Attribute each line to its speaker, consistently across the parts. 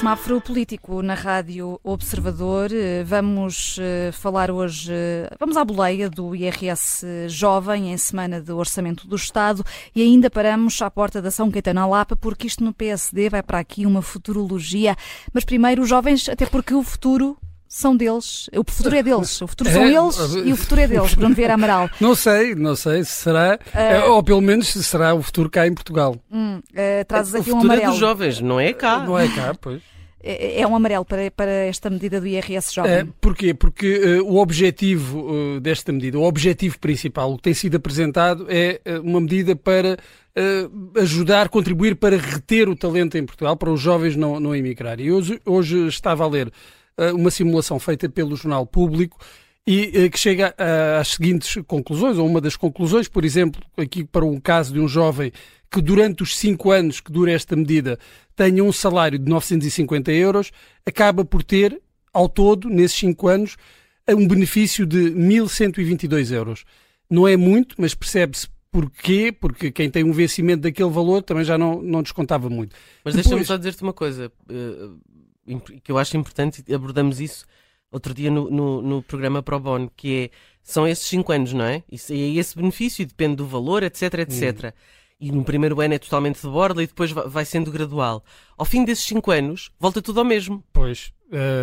Speaker 1: semáforo político na Rádio Observador. Vamos falar hoje, vamos à boleia do IRS Jovem em semana de Orçamento do Estado e ainda paramos à porta da São Caetano à Lapa, porque isto no PSD vai para aqui uma futurologia. Mas primeiro os jovens, até porque o futuro são deles, o futuro é deles, o futuro são eles e o futuro é deles. Bruno Vieira Amaral.
Speaker 2: Não sei se será, ou pelo menos se será o futuro cá em Portugal.
Speaker 1: Trazes aqui
Speaker 3: o
Speaker 1: um
Speaker 3: futuro
Speaker 1: amarelo.
Speaker 3: É dos jovens, não é cá.
Speaker 2: Não é cá, pois.
Speaker 1: É um amarelo para esta medida do IRS Jovem.
Speaker 2: Porquê? Porque o objetivo desta medida, o objetivo principal, o que tem sido apresentado é uma medida para ajudar, contribuir para reter o talento em Portugal, para os jovens não emigrarem. Hoje estava a ler uma simulação feita pelo Jornal Público e que chega às seguintes conclusões, ou uma das conclusões, por exemplo, aqui para um caso de um jovem que durante os 5 anos que dura esta medida tenha um salário de 950 euros, acaba por ter, ao todo, nesses 5 anos, um benefício de 1.122 euros. Não é muito, mas percebe-se porquê, porque quem tem um vencimento daquele valor também já não descontava muito.
Speaker 3: Mas deixa-me só dizer-te uma coisa que eu acho importante, abordamos isso outro dia no programa Pro Bono, que são esses 5 anos, não é? E é esse benefício, depende do valor, etc, etc. E no primeiro ano é totalmente de borla e depois vai sendo gradual. Ao fim desses 5 anos, volta tudo ao mesmo.
Speaker 2: Pois,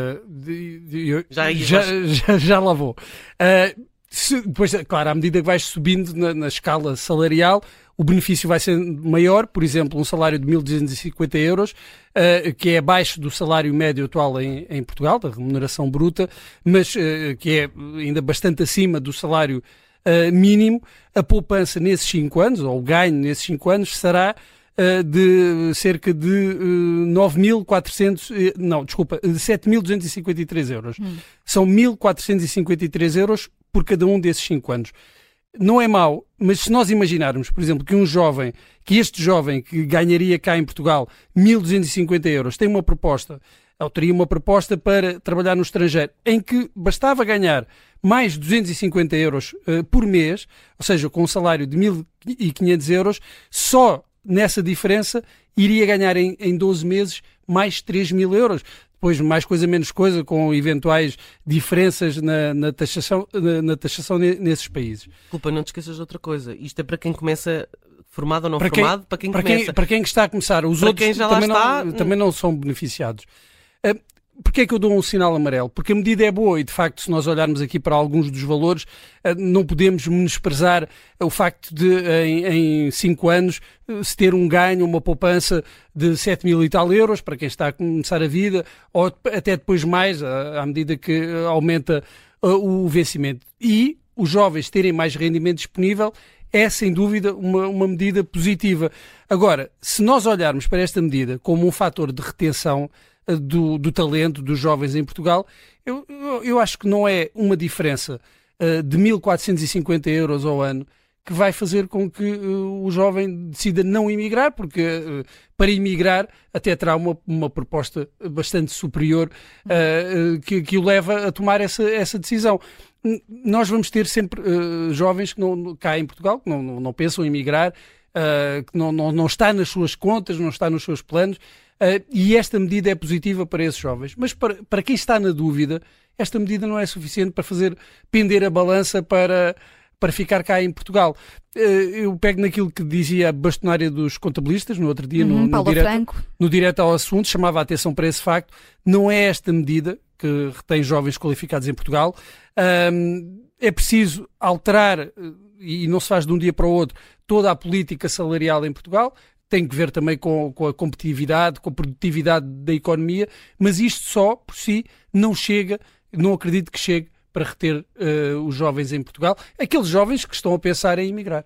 Speaker 2: já lá vou. Depois, claro, à medida que vais subindo na escala salarial, o benefício vai ser maior. Por exemplo, um salário de 1.250 euros, que é abaixo do salário médio atual em Portugal, da remuneração bruta, mas que é ainda bastante acima do salário mínimo. A poupança nesses 5 anos, ou o ganho nesses 5 anos, será de cerca de 7.253 euros. São 1.453 euros por cada um desses 5 anos. Não é mau, mas se nós imaginarmos, por exemplo, que este jovem que ganharia cá em Portugal 1.250 euros tem uma proposta, ou teria uma proposta para trabalhar no estrangeiro, em que bastava ganhar mais 250 euros por mês, ou seja, com um salário de 1.500 euros, só nessa diferença iria ganhar em 12 meses mais 3.000 euros. Depois, mais coisa, menos coisa, com eventuais diferenças na taxação nesses países.
Speaker 3: Desculpa, não te esqueças de outra coisa. Isto é para quem começa formado ou não formado, para quem começa.
Speaker 2: Para quem está a começar. Os outros também não são beneficiados. Porquê é que eu dou um sinal amarelo? Porque a medida é boa e, de facto, se nós olharmos aqui para alguns dos valores, não podemos menosprezar o facto de, em 5 anos, se ter um ganho, uma poupança de 7.000 e tal euros para quem está a começar a vida, ou até depois mais, à medida que aumenta o vencimento. E os jovens terem mais rendimento disponível é, sem dúvida, uma medida positiva. Agora, se nós olharmos para esta medida como um fator de retenção do talento dos jovens em Portugal, eu acho que não é uma diferença de 1.450 euros ao ano que vai fazer com que o jovem decida não emigrar, porque para emigrar até terá uma proposta bastante superior que o leva a tomar essa decisão. Nós vamos ter sempre jovens que cá em Portugal que não pensam em emigrar, que não está nas suas contas, não está nos seus planos. E esta medida é positiva para esses jovens. Mas para quem está na dúvida, esta medida não é suficiente para fazer pender a balança para ficar cá em Portugal. Eu pego naquilo que dizia a bastonária dos contabilistas no outro dia, no direto ao assunto, chamava a atenção para esse facto. Não é esta medida que retém jovens qualificados em Portugal. É preciso alterar, e não se faz de um dia para o outro, toda a política salarial em Portugal. Tem que ver também com a competitividade, com a produtividade da economia, mas isto só, por si, não acredito que chegue para reter os jovens em Portugal, aqueles jovens que estão a pensar em emigrar.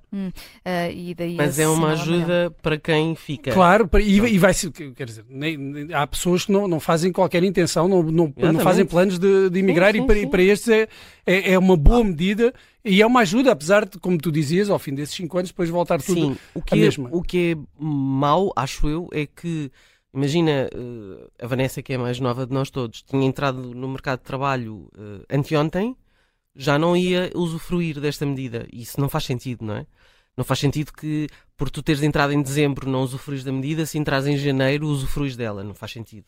Speaker 3: Mas é uma ajuda para quem fica.
Speaker 2: Claro, e vai ser, quer dizer, há pessoas que não fazem qualquer intenção, não fazem planos de emigrar, sim. E para estes é uma boa medida e é uma ajuda, apesar de, como tu dizias, ao fim desses 5 anos, depois voltar tudo a mesma.
Speaker 3: O que é mau, acho eu, é que imagina, a Vanessa, que é a mais nova de nós todos, tinha entrado no mercado de trabalho anteontem, já não ia usufruir desta medida. E isso não faz sentido, não é? Não faz sentido que, por tu teres entrado em dezembro, não usufruís da medida, se entras em janeiro, usufruís dela. Não faz sentido.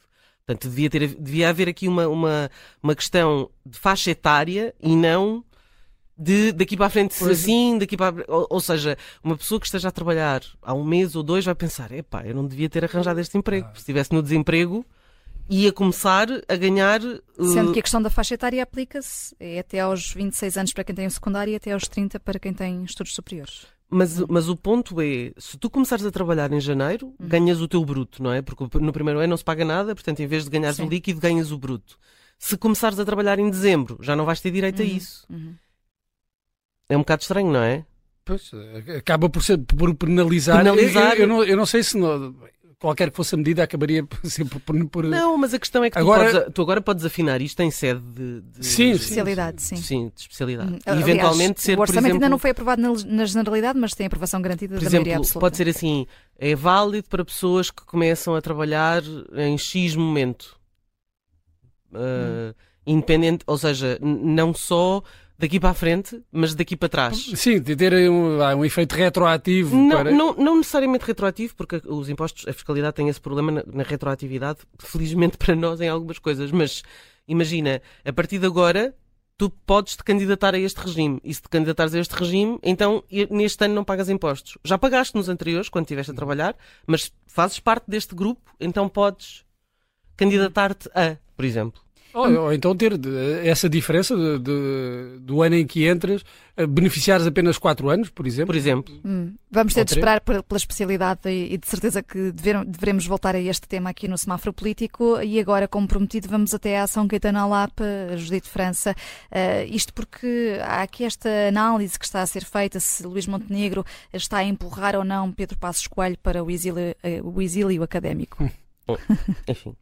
Speaker 3: Portanto, devia haver aqui uma questão de faixa etária e não daqui para a frente assim, daqui para ou seja, uma pessoa que esteja a trabalhar há um mês ou 2 vai pensar, eu não devia ter arranjado este emprego. Se estivesse no desemprego, ia começar a ganhar...
Speaker 1: Sendo que a questão da faixa etária aplica-se até aos 26 anos para quem tem o secundário e até aos 30 para quem tem estudos superiores.
Speaker 3: Mas o ponto é, se tu começares a trabalhar em janeiro, ganhas o teu bruto, não é? Porque no primeiro ano não se paga nada, portanto, em vez de ganhares o líquido, ganhas o bruto. Se começares a trabalhar em dezembro, já não vais ter direito a isso. É um bocado estranho, não é?
Speaker 2: Pois, acaba por penalizar. Eu não sei se qualquer que fosse a medida acabaria sempre por...
Speaker 3: Não, mas a questão é que tu agora podes afinar isto em sede de
Speaker 1: especialidade, sim.
Speaker 3: Sim, de especialidade.
Speaker 1: Aliás,
Speaker 3: eventualmente ser,
Speaker 1: o orçamento
Speaker 3: por exemplo,
Speaker 1: ainda não foi aprovado na generalidade, mas tem aprovação garantida da maioria absoluta.
Speaker 3: Pode ser assim, é válido para pessoas que começam a trabalhar em X momento. Independente, ou seja, não só daqui para a frente, mas daqui para trás.
Speaker 2: Sim, de ter um efeito retroativo.
Speaker 3: Não necessariamente retroativo, porque os impostos, a fiscalidade tem esse problema na retroatividade, felizmente para nós em algumas coisas, mas imagina, a partir de agora tu podes te candidatar a este regime, e se te candidatares a este regime, então neste ano não pagas impostos. Já pagaste nos anteriores, quando estiveste a trabalhar, mas fazes parte deste grupo, então podes candidatar-te a, por exemplo.
Speaker 2: Ou então ter essa diferença do ano em que entras, beneficiares apenas 4 anos, por exemplo.
Speaker 1: Vamos ter de esperar pela especialidade e de certeza que devemos voltar a este tema aqui no Semáforo Político. E agora, como prometido, vamos até à Ação Caetano Alap, Judite França. Isto porque há aqui esta análise que está a ser feita se Luís Montenegro está a empurrar ou não Pedro Passos Coelho para o exílio académico.
Speaker 3: Bom, enfim...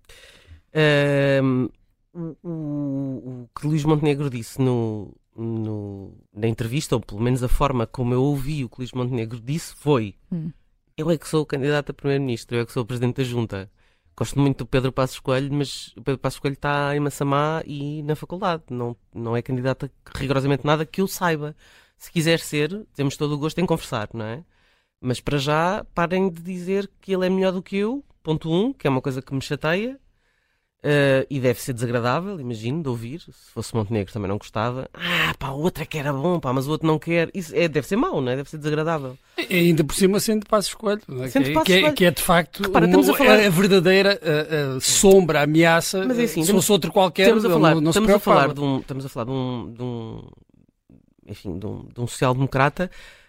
Speaker 3: O que Luís Montenegro disse na entrevista, ou pelo menos a forma como eu ouvi o que Luís Montenegro disse, foi: eu é que sou o candidato a primeiro-ministro, eu é que sou o presidente da Junta. Gosto muito do Pedro Passos Coelho, mas o Pedro Passos Coelho está em Massamá e na faculdade. Não é candidato a rigorosamente nada que eu saiba. Se quiser ser, temos todo o gosto em conversar, não é? Mas para já, parem de dizer que ele é melhor do que eu, ponto 1, que é uma coisa que me chateia. E deve ser desagradável, imagino, de ouvir. Se fosse Montenegro também não gostava. O outro é que era bom, mas o outro não quer. Isso deve ser mau, não é? Deve ser desagradável.
Speaker 2: E ainda por cima sendo Passos Coelho, não é? Que é de facto a verdadeira sombra, ameaça. Mas é assim, se fosse outro qualquer, estamos a falar
Speaker 3: de um social-democrata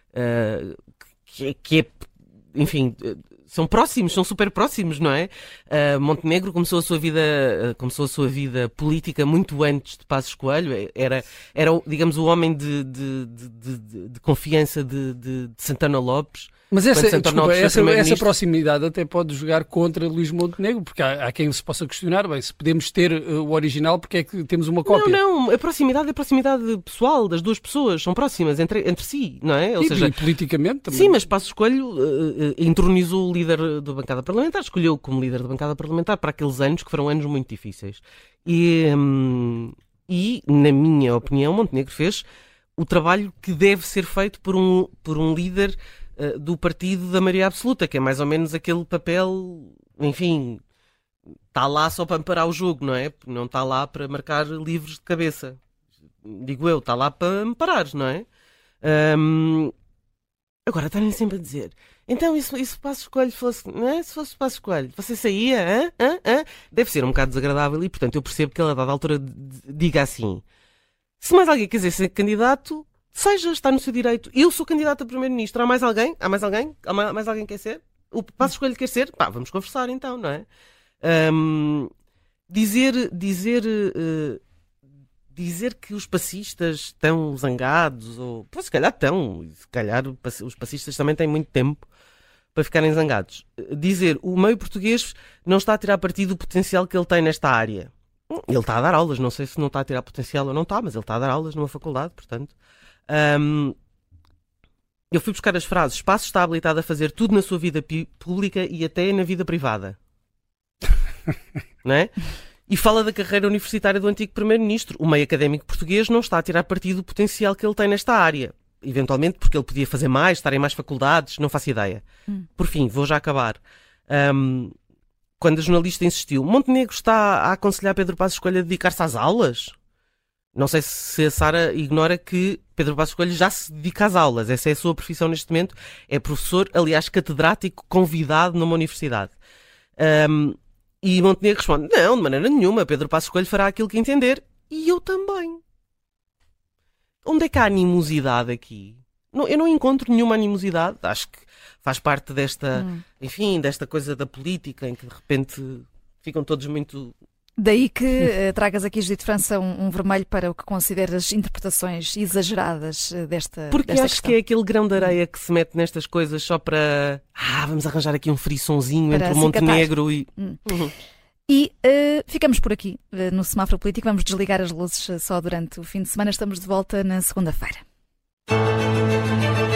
Speaker 3: que é, enfim... São próximos, são super próximos, não é? Montenegro começou a sua vida política muito antes de Passos Coelho. Era digamos, o homem de confiança de Santana Lopes.
Speaker 2: Mas essa proximidade até pode jogar contra Luís Montenegro, porque há quem se possa questionar, se podemos ter o original, porque é que temos uma cópia?
Speaker 3: Não, a proximidade é a proximidade pessoal das duas pessoas, são próximas entre si, não é? Ou seja,
Speaker 2: politicamente também.
Speaker 3: Sim, mas Passos Coelho entronizou o líder da bancada parlamentar, escolheu como líder da bancada parlamentar para aqueles anos que foram anos muito difíceis. E na minha opinião, Montenegro fez o trabalho que deve ser feito por um líder do partido da maioria absoluta, que é mais ou menos aquele papel, enfim, está lá só para amparar o jogo, não é? Não está lá para marcar livros de cabeça. Digo eu, está lá para amparar, não é? Agora estarem sempre a dizer, então isso Passos Coelho fosse, não é? Se fosse Passos Coelho, você saía? Deve ser um bocado desagradável e, portanto, eu percebo que ele a dada altura diga assim: se mais alguém quiser ser candidato, seja, está no seu direito. Eu sou candidato a primeiro-ministro. Há mais alguém? Há mais alguém que quer ser? O Passos Coelho quer ser? Vamos conversar então, não é? Dizer que os passistas estão zangados, ou se calhar estão, se calhar os passistas também têm muito tempo para ficarem zangados. Dizer o meio português não está a tirar partido do potencial que ele tem nesta área. Ele está a dar aulas, não sei se não está a tirar potencial ou não está, mas ele está a dar aulas numa faculdade, portanto. Eu fui buscar as frases: Passos está habilitado a fazer tudo na sua vida pública e até na vida privada. Não é? E fala da carreira universitária do antigo primeiro-ministro. O meio académico português não está a tirar partido do potencial que ele tem nesta área. Eventualmente porque ele podia fazer mais, estar em mais faculdades, não faço ideia. Por fim, vou já acabar. quando a jornalista insistiu, Montenegro está a aconselhar Pedro Passos Coelho a dedicar-se às aulas? Não sei se a Sara ignora que Pedro Passos Coelho já se dedica às aulas. Essa é a sua profissão neste momento. É professor, aliás, catedrático, convidado numa universidade. E Montenegro responde, não, de maneira nenhuma, Pedro Passos Coelho fará aquilo que entender. E eu também. Onde é que há animosidade aqui? Não, eu não encontro nenhuma animosidade. Acho que faz parte desta, enfim, desta coisa da política em que de repente ficam todos muito...
Speaker 1: Daí que tragas aqui, Judite França, um vermelho para o que consideras interpretações exageradas desta
Speaker 3: Porque
Speaker 1: desta
Speaker 3: acho
Speaker 1: questão.
Speaker 3: que é aquele grão de areia que se mete nestas coisas só para... vamos arranjar aqui um frissonzinho
Speaker 1: Para
Speaker 3: entre o Montenegro e...
Speaker 1: E ficamos por aqui no Semáforo Político. Vamos desligar as luzes só durante o fim de semana. Estamos de volta na segunda-feira.